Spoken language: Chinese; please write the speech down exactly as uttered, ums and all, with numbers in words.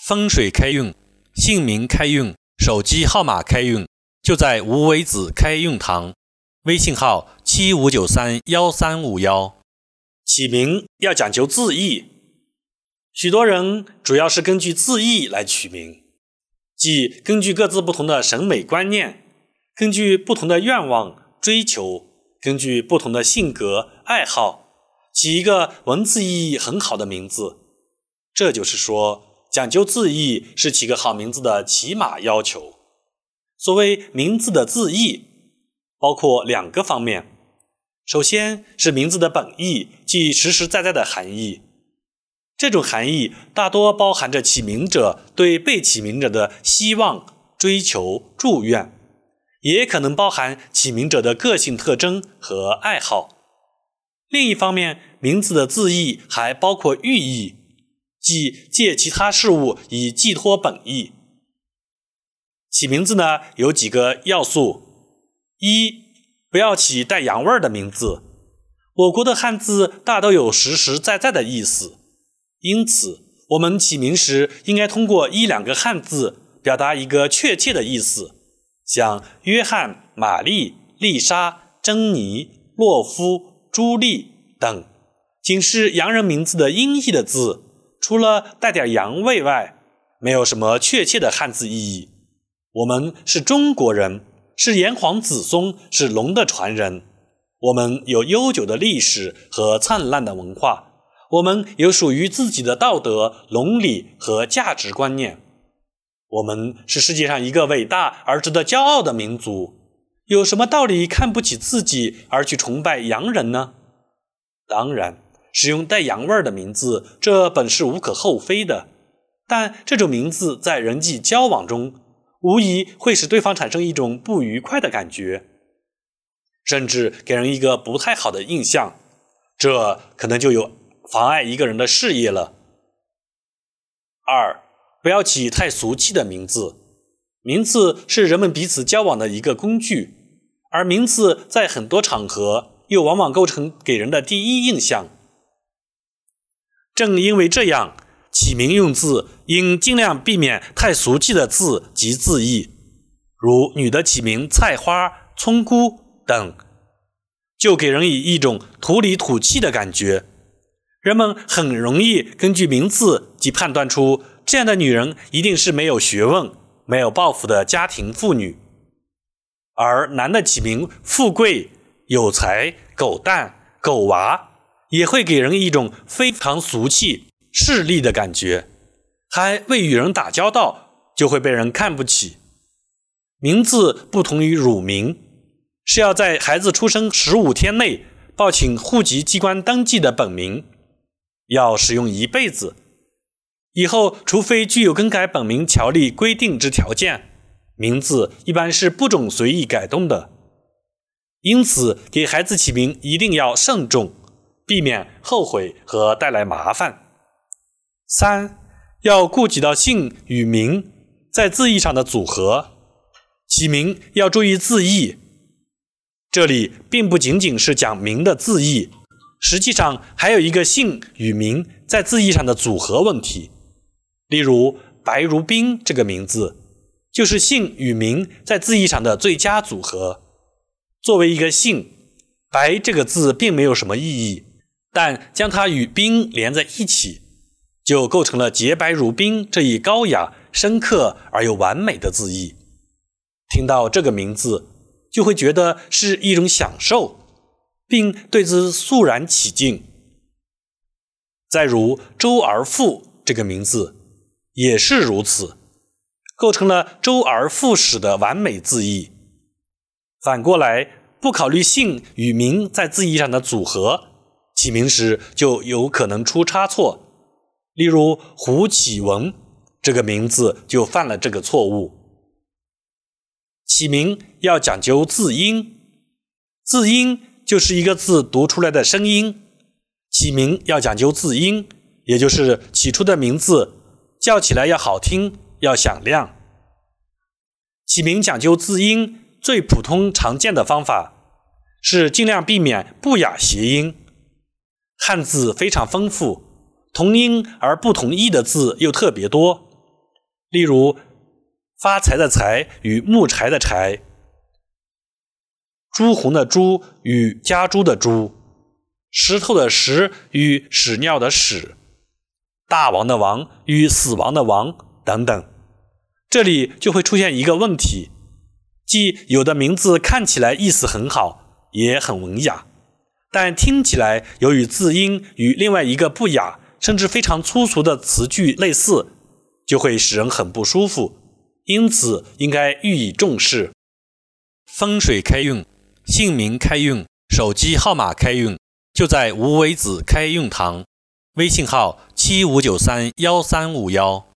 风水开运，姓名开运，手机号码开运，就在无为子开运堂。微信号七五九三一三五一。起名要讲究字义，许多人主要是根据字义来取名，即根据各自不同的审美观念，根据不同的愿望追求，根据不同的性格爱好，起一个文字意义很好的名字。这就是说，讲究字义是起个好名字的起码要求。所谓名字的字义，包括两个方面。首先是名字的本意，即实实在在的含义。这种含义大多包含着起名者对被起名者的希望、追求、祝愿，也可能包含起名者的个性特征和爱好。另一方面，名字的字义还包括寓意，即借其他事物以寄托本意。起名字呢，有几个要素：一，不要起带洋味儿的名字。我国的汉字大都有实实在在的意思，因此我们起名时应该通过一两个汉字表达一个确切的意思，像约翰、玛丽、丽莎、珍妮、洛夫、朱莉等，仅是洋人名字的音译的字，除了带点洋味外，没有什么确切的汉字意义。我们是中国人，是炎黄子孙，是龙的传人。我们有悠久的历史和灿烂的文化，我们有属于自己的道德、伦理和价值观念。我们是世界上一个伟大而值得骄傲的民族，有什么道理看不起自己而去崇拜洋人呢？当然，使用带洋味儿的名字，这本是无可厚非的，但这种名字在人际交往中无疑会使对方产生一种不愉快的感觉，甚至给人一个不太好的印象，这可能就有妨碍一个人的事业了。二，不要起太俗气的名字。名字是人们彼此交往的一个工具，而名字在很多场合又往往构成给人的第一印象。正因为这样，起名用字应尽量避免太俗气的字及字义，如女的起名菜花、葱菇等，就给人以一种土里土气的感觉。人们很容易根据名字即判断出这样的女人一定是没有学问、没有抱负的家庭妇女。而男的起名富贵、有才、狗蛋、狗娃，也会给人一种非常俗气、势利的感觉，还未与人打交道就会被人看不起。名字不同于乳名，是要在孩子出生十五天内报请户籍机关登记的本名，要使用一辈子。以后除非具有更改本名条例规定之条件，名字一般是不准随意改动的。因此给孩子起名一定要慎重，避免后悔和带来麻烦。三，要顾及到姓与名在字义上的组合，起名要注意字义。这里并不仅仅是讲名的字义，实际上还有一个姓与名在字义上的组合问题。例如白如冰这个名字，就是姓与名在字义上的最佳组合。作为一个姓，白这个字并没有什么意义，但将它与冰连在一起，就构成了洁白如冰这一高雅、深刻而又完美的字义。听到这个名字，就会觉得是一种享受，并对之肃然起敬。再如周而复这个名字也是如此，构成了周而复始的完美字义。反过来，不考虑姓与名在字义上的组合，起名时就有可能出差错。例如胡启文这个名字就犯了这个错误。起名要讲究字音，字音就是一个字读出来的声音。起名要讲究字音，也就是起初的名字叫起来要好听，要响亮。起名讲究字音，最普通常见的方法是尽量避免不雅谐音。汉字非常丰富，同音而不同义的字又特别多， 例如发财的财与木柴的柴，朱红的朱与家猪的猪，石头的石与屎尿的屎，大王的王与死亡的亡等等。这里就会出现一个问题，即有的名字看起来意思很好，也很文雅，但听起来由于字音与另外一个不雅甚至非常粗俗的词句类似，就会使人很不舒服，因此应该予以重视。风水开运，姓名开运，手机号码开运，就在无为子开运堂，微信号七五九三一三五一。